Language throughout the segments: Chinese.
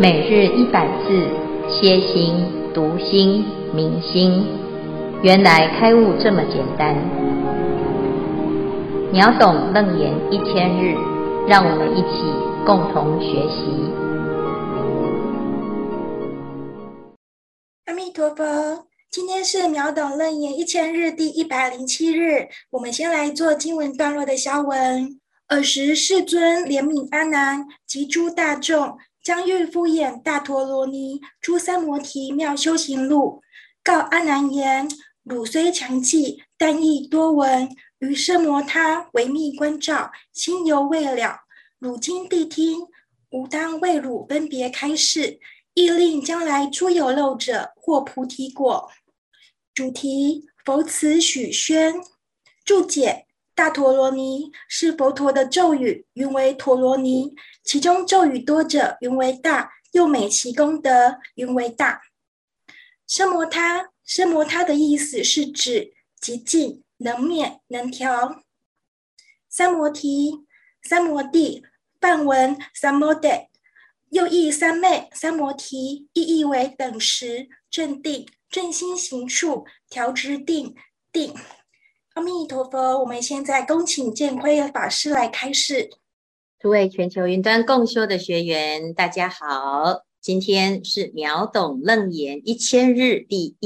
每日100字，歇心、读心、明心，原来开悟这么简单。秒懂楞严1000日，让我们一起共同学习。 阿弥陀佛，今天是秒懂楞严1000日第107日，我们先来做经文段落的消文。尔时世尊怜悯阿难及诸大众，将欲敷演大陀罗尼诸三摩提妙修行录，告阿难言：汝虽强记，但亦多闻，于奢摩他微密观照，心犹未了。汝今谛听，吾当为汝分别开示，亦令将来诸有漏者获菩提果。主题：佛慈许宣。注解：大陀罗尼是佛陀的咒语，云为陀罗尼，其中咒语多者云为大，又美其功德，云为大。奢摩他的意思是指极尽，能灭，能调。三摩提、三摩地，梵文三摩地，又译三昧、三摩提，意义为等时、镇定、正心行处、调之定。阿弥陀佛，我们现在恭请见辉法师来开示。 诸位全球云端共修的学员，大家好，今天是秒懂楞严1000日第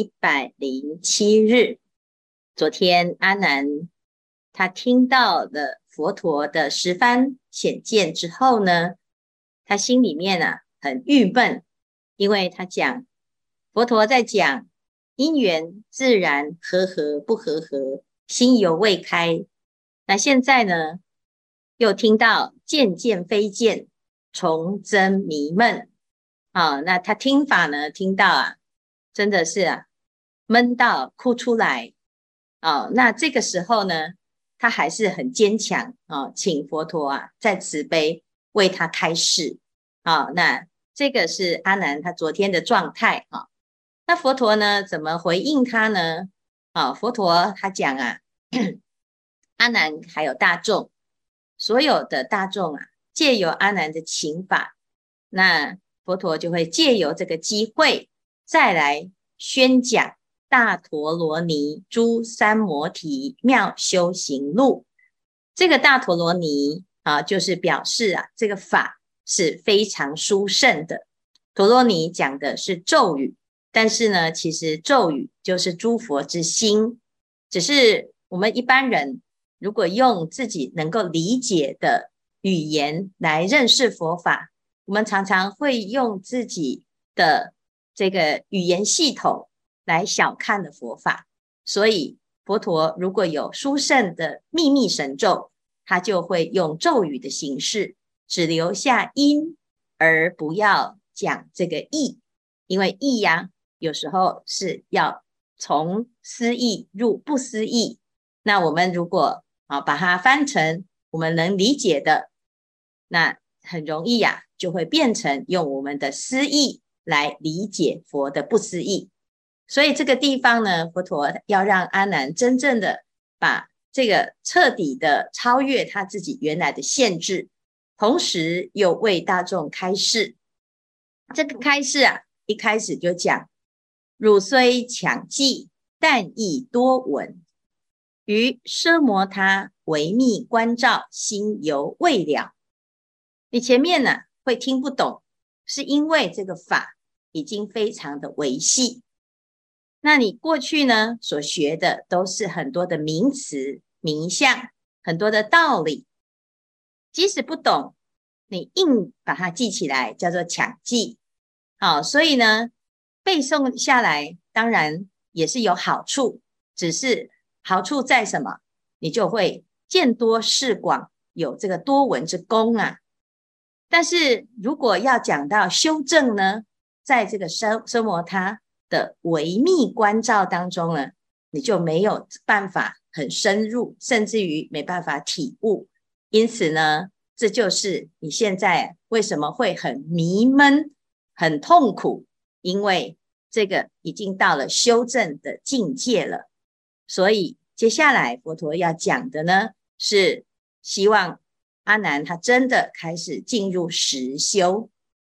107日。昨天阿难他听到了佛陀的十番显见之后呢，他心里面很郁闷，因为他讲佛陀在讲因缘自然和合不和合，心犹未开。那现在呢又听到见见非见，重增迷闷。那他听法呢听到真的是闷到哭出来。那这个时候呢他还是很坚强请佛陀再慈悲为他开示。那这个是阿难他昨天的状态。那佛陀呢怎么回应他呢？佛陀他讲阿难还有大众，所有的大众借由阿难的请法，那佛陀就会借由这个机会再来宣讲大陀罗尼诸三摩提妙修行录。这个大陀罗尼就是表示这个法是非常殊胜的。陀罗尼讲的是咒语，但是呢其实咒语就是诸佛之心，只是我们一般人如果用自己能够理解的语言来认识佛法，我们常常会用自己的这个语言系统来小看的佛法。所以佛陀如果有殊胜的秘密神咒，他就会用咒语的形式，只留下音而不要讲这个义，因为义有时候是要从思义入不思义。那我们如果把它翻成我们能理解的，那很容易就会变成用我们的思义来理解佛的不思义。所以这个地方呢，佛陀要让阿难真正的把这个彻底的超越他自己原来的限制，同时又为大众开示。这个开示一开始就讲：汝虽强记，但亦多闻，于奢摩他微密观照，心犹未了。你前面会听不懂，是因为这个法已经非常的微细。那你过去呢所学的都是很多的名词名相，很多的道理，即使不懂，你硬把它记起来叫做强记。所以呢背诵下来当然也是有好处，只是好处在什么？你就会见多识广，有这个多闻之功但是如果要讲到修正呢，在这个奢摩他的微密观照当中呢，你就没有办法很深入，甚至于没办法体悟。因此呢，这就是你现在为什么会很迷闷很痛苦，因为这个已经到了修正的境界了。所以接下来佛陀要讲的呢，是希望阿难他真的开始进入实修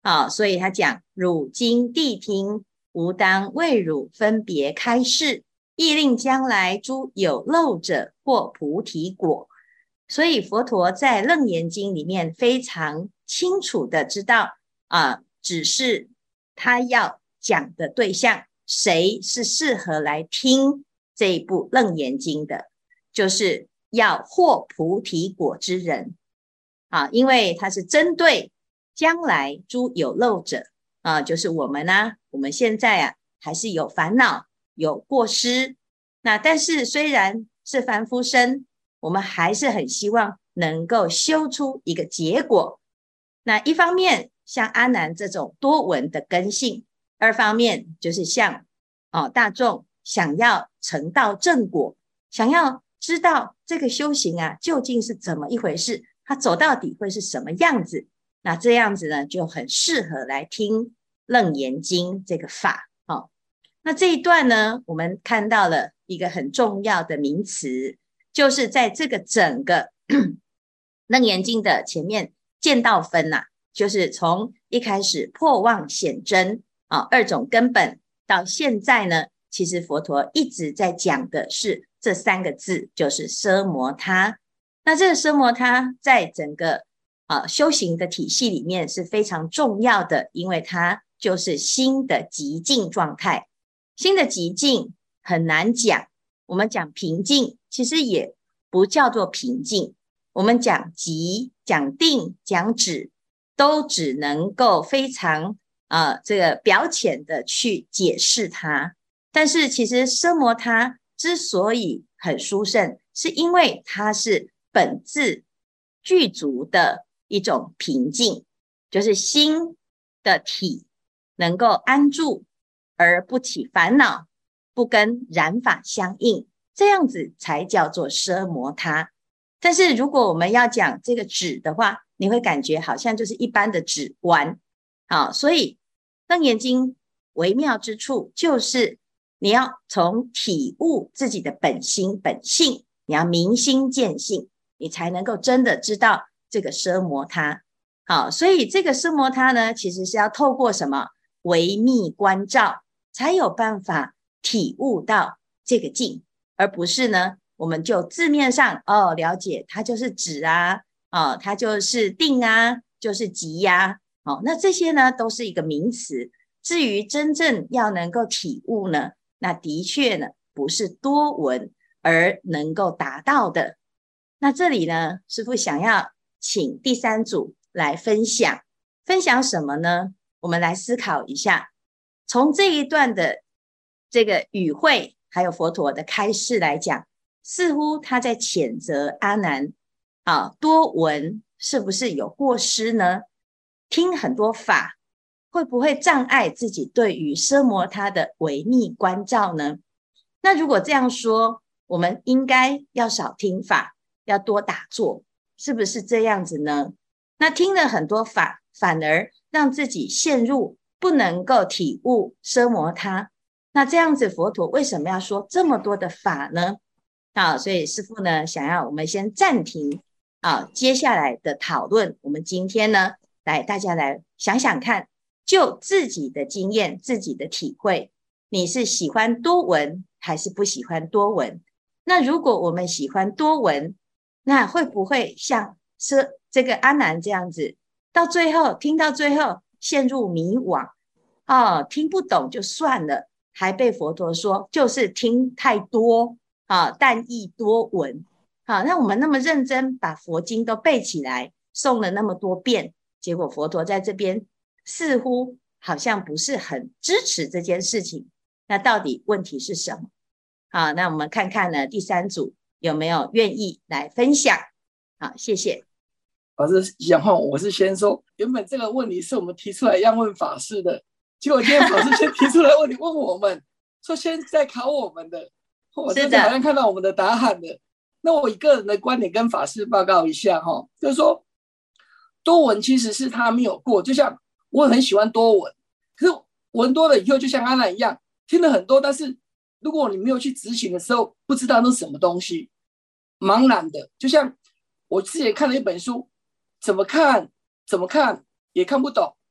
所以他讲汝今谛听，吾当为汝分别开示，亦令将来诸有漏者获菩提果。所以佛陀在楞严经里面非常清楚的知道只是他要讲的对象，谁是适合来听这一部楞严经的，就是要获菩提果之人因为他是针对将来诸有漏者就是我们我们现在还是有烦恼有过失，那但是虽然是凡夫身，我们还是很希望能够修出一个结果。那一方面像阿难这种多闻的根性，二方面就是像大众想要成道正果，想要知道这个修行究竟是怎么一回事，它走到底会是什么样子。那这样子呢就很适合来听楞严经这个法那这一段呢，我们看到了一个很重要的名词，就是在这个整个楞严经的前面见道分就是从一开始破妄显真二种根本，到现在呢，其实佛陀一直在讲的是这三个字，就是奢摩他。那这个奢摩他在整个修行的体系里面是非常重要的，因为它就是心的极静状态。心的极静很难讲，我们讲平静其实也不叫做平静，我们讲极讲定讲止都只能够非常这个表浅的去解释它。但是其实奢摩他之所以很殊胜，是因为它是本自具足的一种平静，就是心的体能够安住而不起烦恼，不跟染法相应，这样子才叫做奢摩他。但是如果我们要讲这个止的话，你会感觉好像就是一般的止观所以楞严经微妙之处就是你要从体悟自己的本心本性，你要明心见性，你才能够真的知道这个奢摩他所以这个奢摩他呢，其实是要透过什么微密观照才有办法体悟到这个境，而不是呢我们就字面上了解它就是止它就是定就是极那这些呢都是一个名词。至于真正要能够体悟呢，那的确呢不是多闻而能够达到的。那这里呢，师父想要请第三组来分享什么呢？我们来思考一下，从这一段的这个语汇还有佛陀的开示来讲，似乎他在谴责阿难多闻是不是有过失呢？听很多法会不会障碍自己对于奢摩他的微密观照呢？那如果这样说，我们应该要少听法，要多打坐，是不是这样子呢？那听了很多法，反而让自己陷入不能够体悟奢摩他，那这样子佛陀为什么要说这么多的法呢？所以师父呢想要我们先暂停接下来的讨论。我们今天呢大家来想想看，就自己的经验自己的体会，你是喜欢多闻还是不喜欢多闻？那如果我们喜欢多闻，那会不会像这个阿难这样子，到最后听到最后陷入迷惘听不懂就算了，还被佛陀说就是听太多但亦多闻那我们那么认真把佛经都背起来，诵了那么多遍，结果佛陀在这边似乎好像不是很支持这件事情，那到底问题是什么？好，那我们看看呢，第三组有没有愿意来分享？好，谢谢。 法师讲话，我是先说，原本这个问题是我们提出来要问法师的，结果今天法师先提出来问题问我们，说现在考我们的，我这次好像看到我们的答案了。那我以个人的观点跟法师报告一下就是说多闻其实是他没有过，就像我很喜欢多闻，可是闻多了以后就像阿难一样听了很多，但是如果你没有去执行的时候，不知道那是什么东西，茫然的。就像我之前看了一本书，怎么看也看不懂，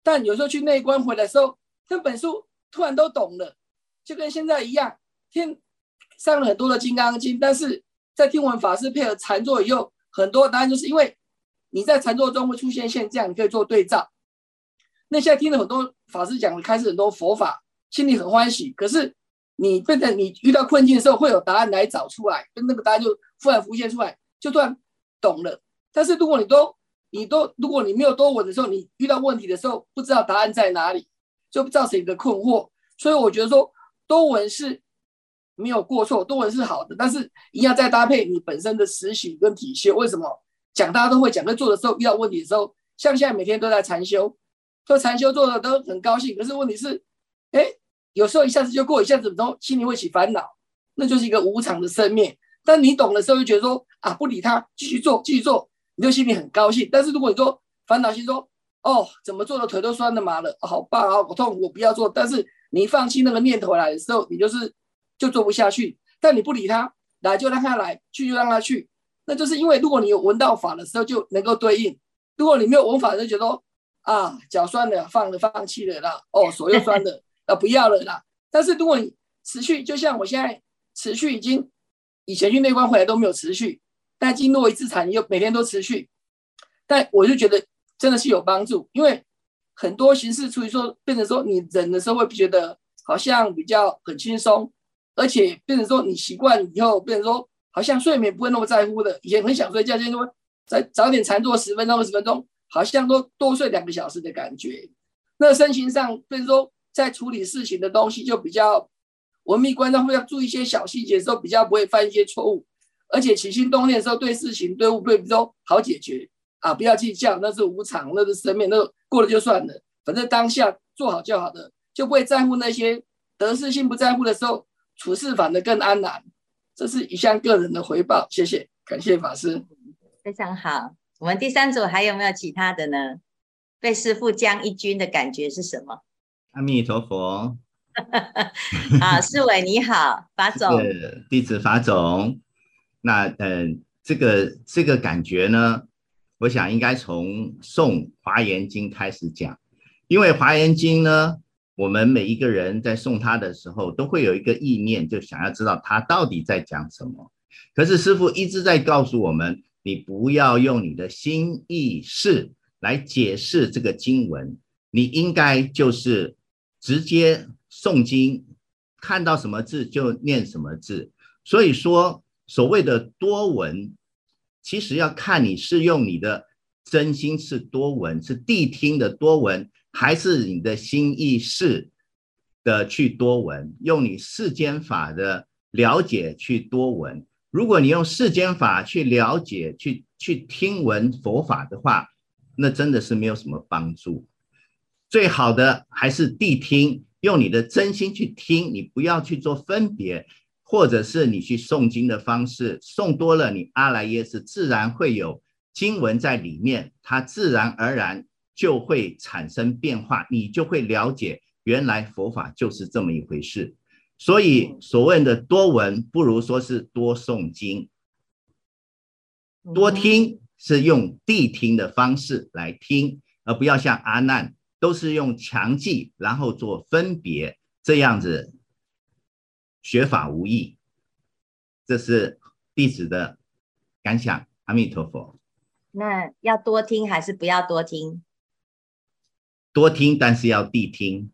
但有时候去内观回来的时候，这本书突然都懂了，就跟现在一样，上了很多的金刚经，但是在听闻法师配合禅坐以后，很多答案就是因为你在禅坐中会出现现象，你可以做对照。那现在听了很多法师讲，开始很多佛法，心里很欢喜，可是你遇到困境的时候，会有答案来找出来，跟那个答案就突然浮现出来，就突然懂了。但是如果如果你没有多闻的时候，你遇到问题的时候，不知道答案在哪里，就造成一个困惑。所以我觉得说多闻是没有过错，多闻是好的，但是一定要再搭配你本身的实行跟体修。为什么讲大家都会讲，在做的时候遇到问题的时候，像现在每天都在禅修，做禅修做的都很高兴，可是问题是，有时候一下子就过，一下子心里会起烦恼，那就是一个无常的生命。但你懂的时候，就觉得说啊，不理他，继续做，你就心里很高兴。但是如果你说烦恼心说，怎么做的腿都酸的麻了，好棒，好痛，我不要做。但是你放弃那个念头来的时候，你就做不下去。但你不理他，来就让他来，去就让他去。那就是因为如果你有闻到法的时候，就能够对应；如果你没有闻法，就觉得说啊，脚酸了，放弃了啦，手又酸了，不要了啦。但是如果你持续，就像我现在持续以前去内观回来都没有持续，但经过一次禅，又每天都持续，但我就觉得真的是有帮助。因为很多形式处于说变成说你忍的时候会觉得好像比较很轻松，而且变成说你习惯以后变成说好像睡眠不会那么在乎的，以前很想睡觉，现在会再早点禅坐10分钟20分钟，好像都多睡2个小时的感觉。那身形上变成说在处理事情的东西就比较文秘关照，会要注意一些小细节的时候比较不会犯一些错误，而且起心动念的时候对事情对物对比较好解决啊，不要计较，那是无常，那是生命，那过了就算了，反正当下做好就好的，就不会在乎那些得失心，不在乎的时候处事反而更安然。这是一项个人的回报，谢谢，感谢法师。 非常好。我们第3组还有没有其他的呢？被师父将一军的感觉是什么？ 阿弥陀佛。 啊，世伟你好，法总。 弟子法总。那这个感觉呢，我想应该从诵华严经开始讲。因为华严经呢，我们每一个人在诵它的时候都会有一个意念，就想要知道它到底在讲什么。可是师父一直在告诉我们，你不要用你的心意识来解释这个经文，你应该就是直接诵经，看到什么字就念什么字。所以说所谓的多闻，其实要看你是用你的真心是多闻，是谛听的多闻，还是你的心意识的去多闻，用你世间法的了解去多闻。如果你用世间法去了解去听闻佛法的话，那真的是没有什么帮助。最好的还是谛听，用你的真心去听，你不要去做分别，或者是你去诵经的方式，诵多了你阿赖耶识自然会有经文在里面，它自然而然就会产生变化，你就会了解原来佛法就是这么一回事。所以所谓的多闻，不如说是多诵经。多听是用谛听的方式来听，而不要像阿难都是用强记然后做分别，这样子学法无益。这是弟子的感想。阿弥陀佛。 那要多听还是不要多听？ 多听，但是要谛听。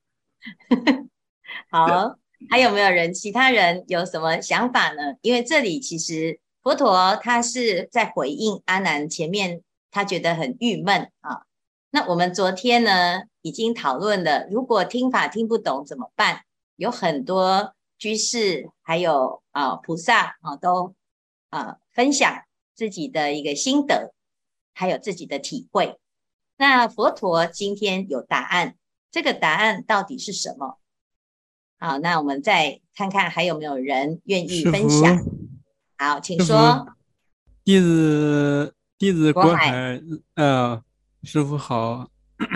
好，还有没有其他人有什么想法呢？因为这里其实佛陀他是在回应阿难前面他觉得很郁闷啊。那我们昨天呢已经讨论了，如果听法听不懂怎么办？有很多居士还有菩萨都分享自己的一个心得，还有自己的体会。那佛陀今天有答案，这个答案到底是什么？好，那我们再看看还有没有人愿意分享。好，请说。 弟子国海，师父好。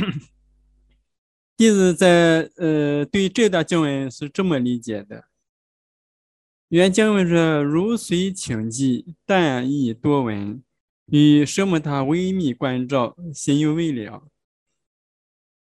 弟子在对这段经文是这么理解的。原经文说：“如随请记，但亦多闻，与奢摩他微密关照，心有未了。”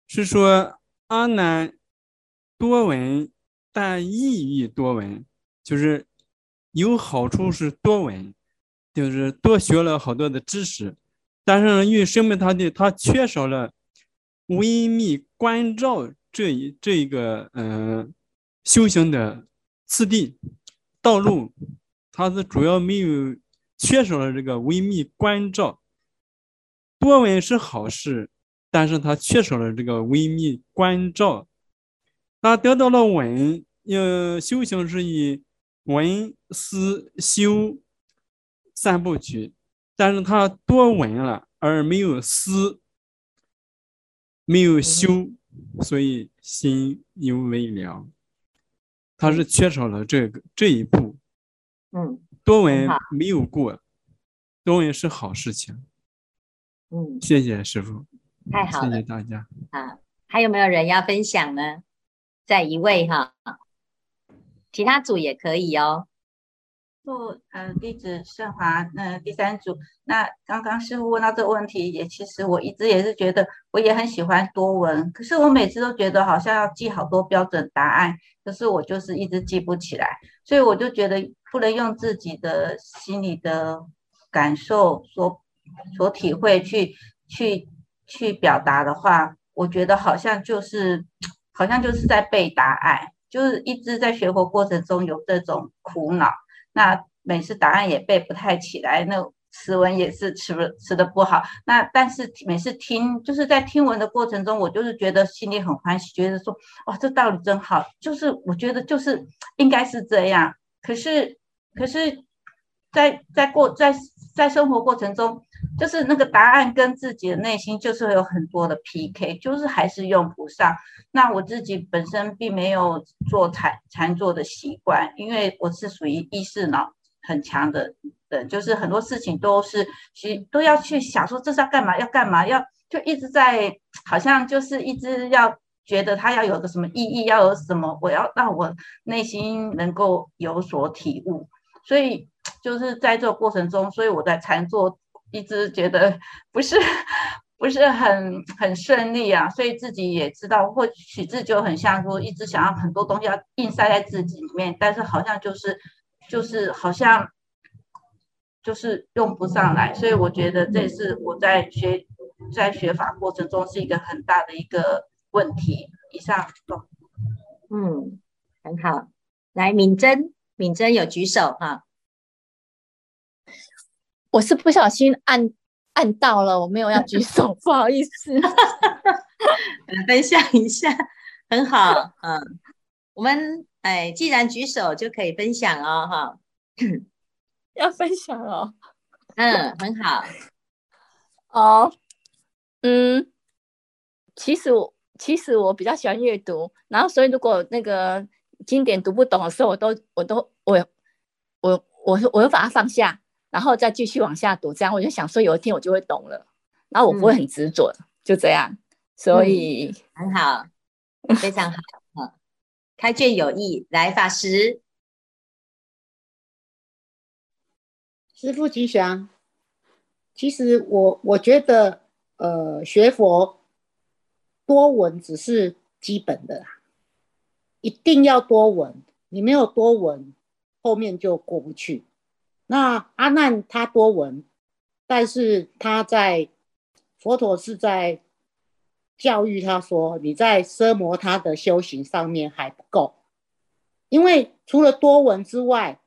是说阿难多闻，但意欲多闻，就是有好处是多闻，就是多学了好多的知识，但是因为生命他缺少了微密关照这一个修行的次第道路，它是主要没有缺少了这个微密关照。多闻是好事，但是它缺少了这个微密关照。他得到了闻，修行是以闻思修三部曲，但是他多闻了而没有思，没有修，所以心有微凉。他是缺少了这一步。多闻没有过，多闻是好事情。谢谢师父， 太好了， 谢谢大家。 还有没有人要分享呢？再一位哈，其他组也可以哦。 弟子盛华，第三组。那刚刚师父问到这个问题，其实我一直也是觉得，我也很喜欢多闻，可是我每次都觉得好像要记好多标准答案，可是我就是一直记不起来，所以我就觉得不能用自己的心里的感受所体会去表达的话，我觉得好像就是在背答案，就是一直在学佛过程中有这种苦恼。那每次答案也背不太起来，那词文也是词的不好。那但是每次就是在听闻的过程中，我就是觉得心里很欢喜，觉得说哇，这道理真好，就是我觉得就是应该是这样。可是在生活过程中，就是那个答案跟自己的内心就是会有很多的 PK， 就是还是用不上。那我自己本身并没有做禅坐的习惯，因为我是属于意识脑很强的人，就是很多事情都要去想说这是要干嘛，就一直在好像就是一直要觉得它要有个什么意义，要有什么，我要让我内心能够有所体悟。所以就是在这个过程中，所以我在禅坐一直觉得不是很顺利啊，所以自己也知道，或许自己就很像说一直想要很多东西要硬塞在自己里面，但是好像就是好像就是用不上来，所以我觉得这是我在学法过程中是一个很大的一个问题。以上。 很好。来，敏珍有举手哈。 我是不小心按到了，我没有要举手，不好意思。 分享一下，很好。我们既然举手就可以分享哦，哈。 要分享哦。 很好。 其实我比较喜欢阅读，然后所以如果那个经典读不懂的时候，我会把它放下，然后再继续往下读，这样我就想说有一天我就会懂了，然后我不会很执着，就这样。所以很好，非常好。开卷有益。来，法师。 师父吉祥。其实我觉得学佛多闻只是基本的啦，一定要多闻，你没有多闻后面就过不去。那阿难他多闻，但是佛陀是在教育他说，你在奢摩他的修行上面还不够，因为除了多闻之外，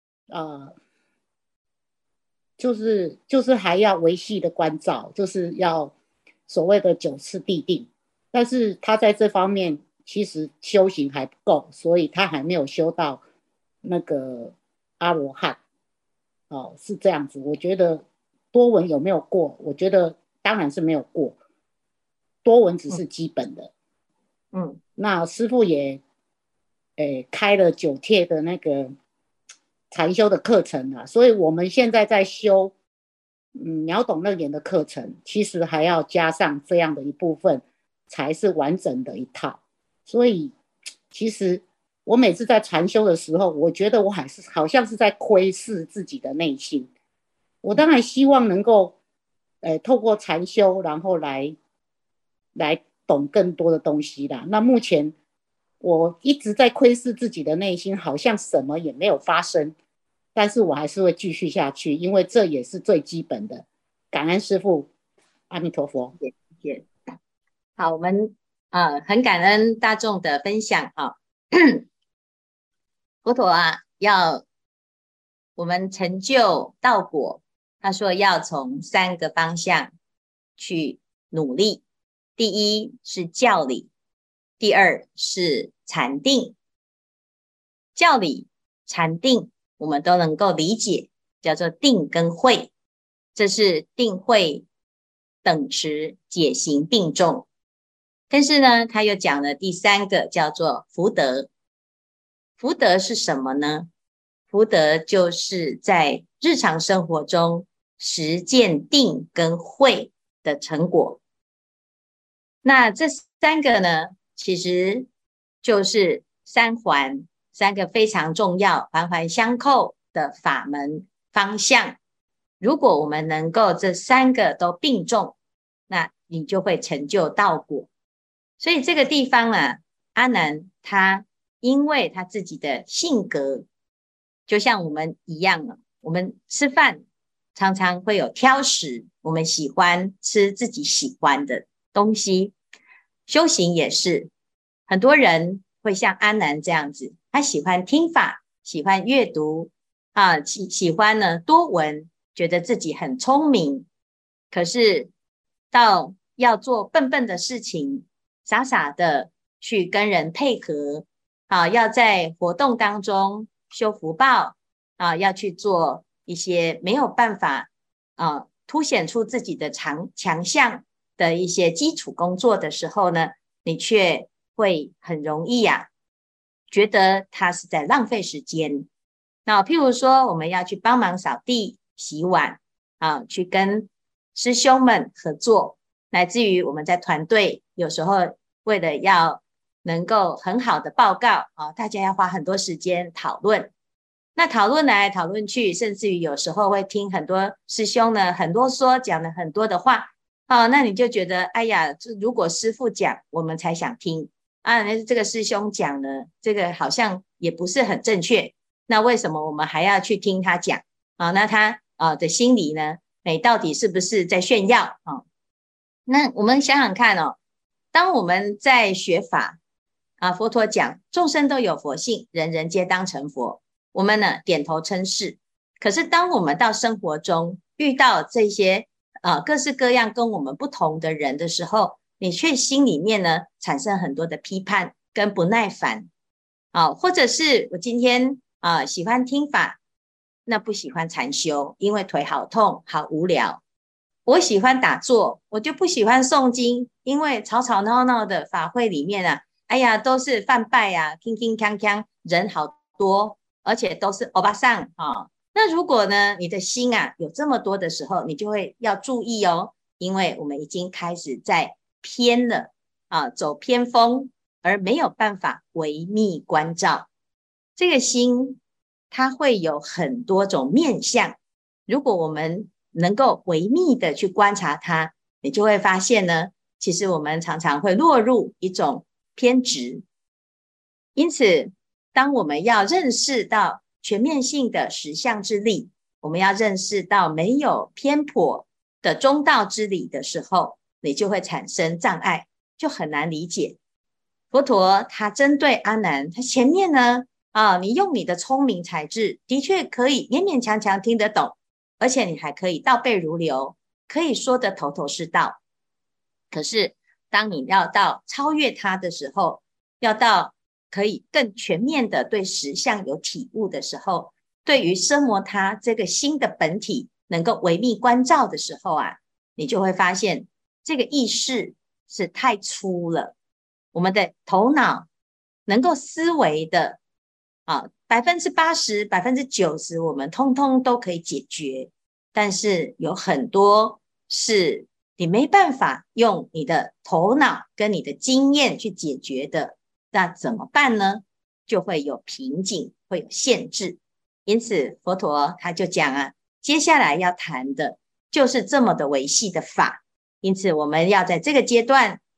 就是还要维系的关照，就是要所谓的9次谛定，但是他在这方面其实修行还不够，所以他还没有修到那个阿罗汉。是这样子。我觉得多闻有没有过？我觉得当然是没有过，多闻只是基本的。那师父也开了9帖的那个禅修的课程啊，所以我们现在在修秒懂楞严的课程，其实还要加上这样的一部分，才是完整的一套。所以其实我每次在禅修的时候，我觉得我好像是在窥视自己的内心。我当然希望能够透过禅修，然后来懂更多的东西啦。那目前我一直在窥视自己的内心，好像什么也没有发生，但是我还是会继续下去，因为这也是最基本的。感恩师父，阿弥陀佛。 谢谢。好，我们很感恩大众的分享啊。佛陀啊，要我们成就道果，他说要从3个方向去努力。第一是教理，第二是禅定。教理、禅定我们都能够理解，叫做定跟慧，这是定慧等持，解行并重。但是呢，他又讲了第3个，叫做福德。福德是什么呢？福德就是在日常生活中实践定跟慧的成果。那这3个呢，其实就是3环，3个非常重要、环环相扣的法门方向。如果我们能够这3个都并重，那你就会成就道果。所以这个地方啊，阿难他因为他自己的性格，就像我们一样了，我们吃饭常常会有挑食，我们喜欢吃自己喜欢的东西。修行也是，很多人会像阿难这样子，他喜欢听法，喜欢阅读喜欢呢多闻，觉得自己很聪明。可是到要做笨的事情，傻傻的去跟人配合要在活动当中修福报要去做一些没有办法凸显出自己的强项的一些基础工作的时候呢，你却会很容易觉得他是在浪费时间。那譬如说我们要去帮忙扫地洗碗去跟师兄们合作，乃至于我们在团队有时候为了要能够很好的报告大家要花很多时间讨论。那讨论来讨论去，甚至于有时候会听很多师兄呢很啰嗦，讲了很多的话那你就觉得哎呀，如果师父讲我们才想听这个师兄讲呢，这个好像也不是很正确，那为什么我们还要去听他讲那他的心里呢到底是不是在炫耀那我们想想看当我们在学法佛陀讲众生都有佛性，人人皆当成佛，我们呢点头称是。可是当我们到生活中遇到这些各式各样跟我们不同的人的时候，你却心里面呢产生很多的批判跟不耐烦或者是我今天喜欢听法，那不喜欢禅修，因为腿好痛好无聊。我喜欢打坐，我就不喜欢诵经，因为吵吵闹闹的法会里面哎呀都是饭拜铿铿锵锵，人好多，而且都是欧巴桑那如果呢你的心有这么多的时候，你就会要注意因为我们已经开始在偏了走偏锋，而没有办法微密关照。这个心它会有很多种面向，如果我们能够微密的去观察它，你就会发现呢，其实我们常常会落入一种偏执。因此当我们要认识到全面性的实相之理，我们要认识到没有偏颇的中道之理的时候，你就会产生障碍，就很难理解。佛陀他针对阿难，他前面呢你用你的聪明才智的确可以勉勉强强听得懂，而且你还可以倒背如流，可以说得头头是道。可是当你要到超越他的时候，要到可以更全面的对实相有体悟的时候，对于奢摩他这个新的本体能够微密关照的时候你就会发现这个意识是太粗了。我们的头脑能够思维的80%、90%我们通通都可以解决，但是有很多是你没办法用你的头脑跟你的经验去解决的，那怎么办呢？就会有瓶颈，会有限制。因此佛陀他就讲接下来要谈的就是这么的维系的法。因此我们要在这个阶段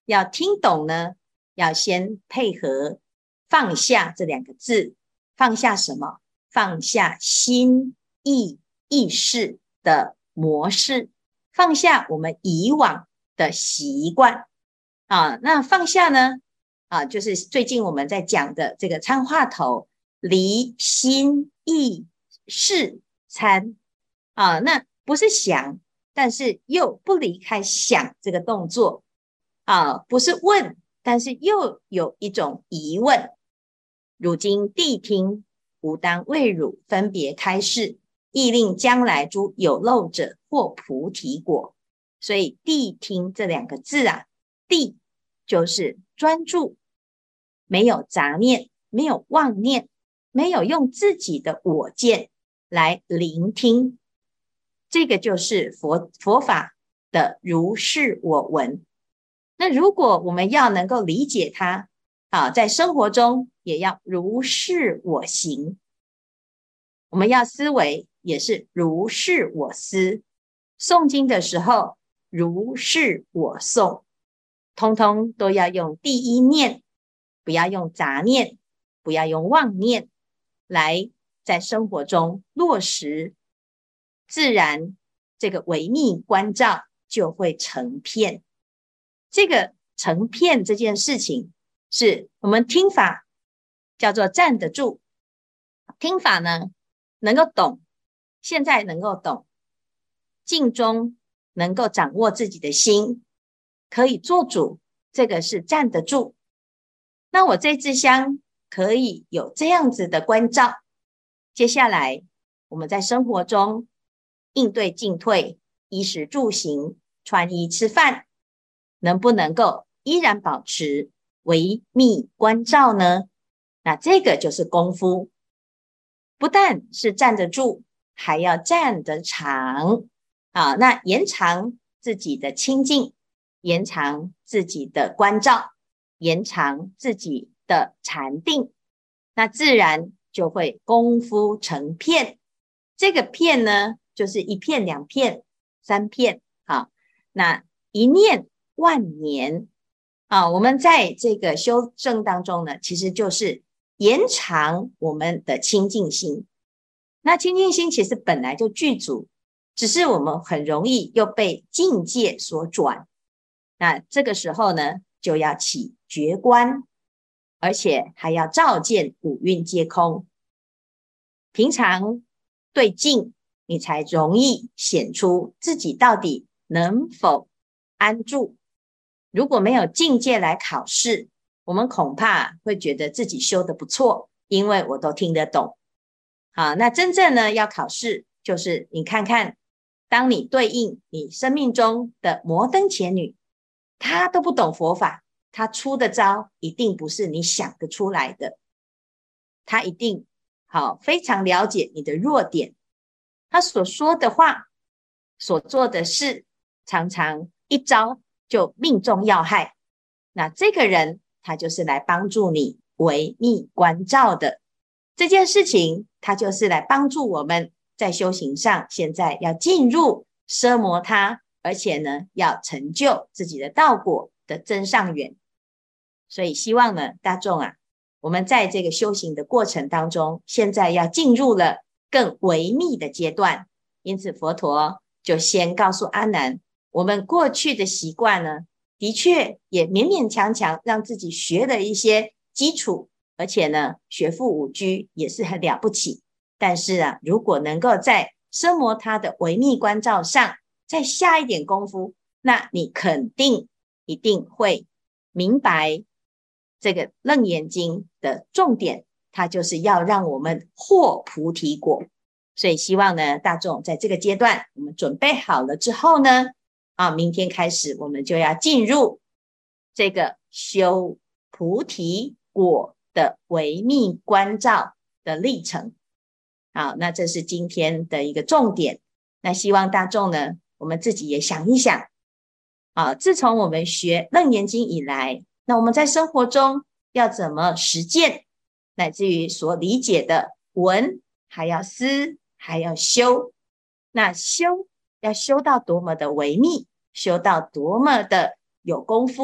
要听懂呢，要先配合放下这两个字。放下什么？放下心意意识的模式，放下我们以往的习惯啊。那放下呢就是最近我们在讲的这个参话头，离心意识参啊。那不是想，但是又不离开想这个动作啊，不是问，但是又有一种疑问。汝今谛听，吾当为汝分别开示，亦令将来诸有漏者获菩提果。所以谛听这两个字啊，谛就是专注，没有杂念，没有妄念，没有用自己的我见来聆听，这个就是佛法的如是我闻。那如果我们要能够理解它在生活中也要如是我行，我们要思维也是如是我思，诵经的时候如是我诵，通通都要用第一念，不要用杂念，不要用妄念，来在生活中落实，自然这个微密观照就会成片。这个成片这件事情是我们听法叫做站得住，听法呢能够懂，现在能够懂，静中能够掌握自己的心，可以做主，这个是站得住。那我这支香可以有这样子的关照，接下来我们在生活中应对进退，衣食住行，穿衣吃饭，能不能够依然保持微密观照呢？那这个就是功夫，不但是站得住，还要站得长那延长自己的清净，延长自己的关照，延长自己的禅定，那自然就会功夫成片。这个片呢，就是一片、两片、三片那一念万年我们在这个修正当中呢，其实就是延长我们的清净心。那清净心其实本来就具足，只是我们很容易又被境界所转。那这个时候呢，就要起觉观，而且还要照见五蕴皆空。平常对境，你才容易显出自己到底能否安住。如果没有境界来考试，我们恐怕会觉得自己修得不错，因为我都听得懂。那真正呢要考试，就是你看看，当你对应你生命中的摩登伽女，她都不懂佛法，她出的招一定不是你想得出来的，她一定非常了解你的弱点，她所说的话，所做的事，常常一招就命中要害。那这个人他就是来帮助你微密观照的，这件事情他就是来帮助我们在修行上现在要进入奢摩他，而且呢要成就自己的道果的真上缘。所以希望呢大众我们在这个修行的过程当中，现在要进入了更微密的阶段。因此佛陀就先告诉阿难，我们过去的习惯呢，的确也勉勉强强让自己学了一些基础，而且呢学富五居也是很了不起。但是如果能够在奢摩他的微密观照上再下一点功夫，那你肯定一定会明白这个楞严经的重点，它就是要让我们获菩提果。所以希望呢大众在这个阶段我们准备好了之后呢明天开始我们就要进入这个修菩提果的微密观照的历程。好，那这是今天的一个重点。那希望大众呢我们自己也想一想自从我们学楞严经以来，那我们在生活中要怎么实践，乃至于所理解的闻还要思还要修。那修要修到多么的微密，修到多么的有功夫，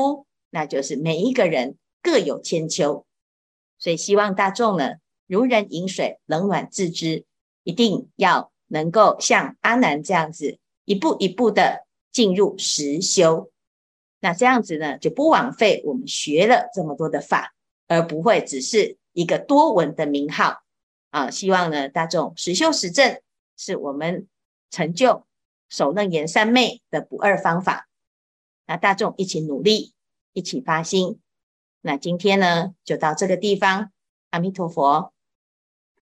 那就是每一个人各有千秋。所以希望大众呢，如人饮水，冷暖自知，一定要能够像阿难这样子，一步一步的进入实修。那这样子呢，就不枉费我们学了这么多的法，而不会只是一个多闻的名号啊。希望呢，大众实修实证，是我们成就首楞严三昧的不二方法。那大众一起努力，一起发心。那今天呢，就到这个地方。阿弥陀佛。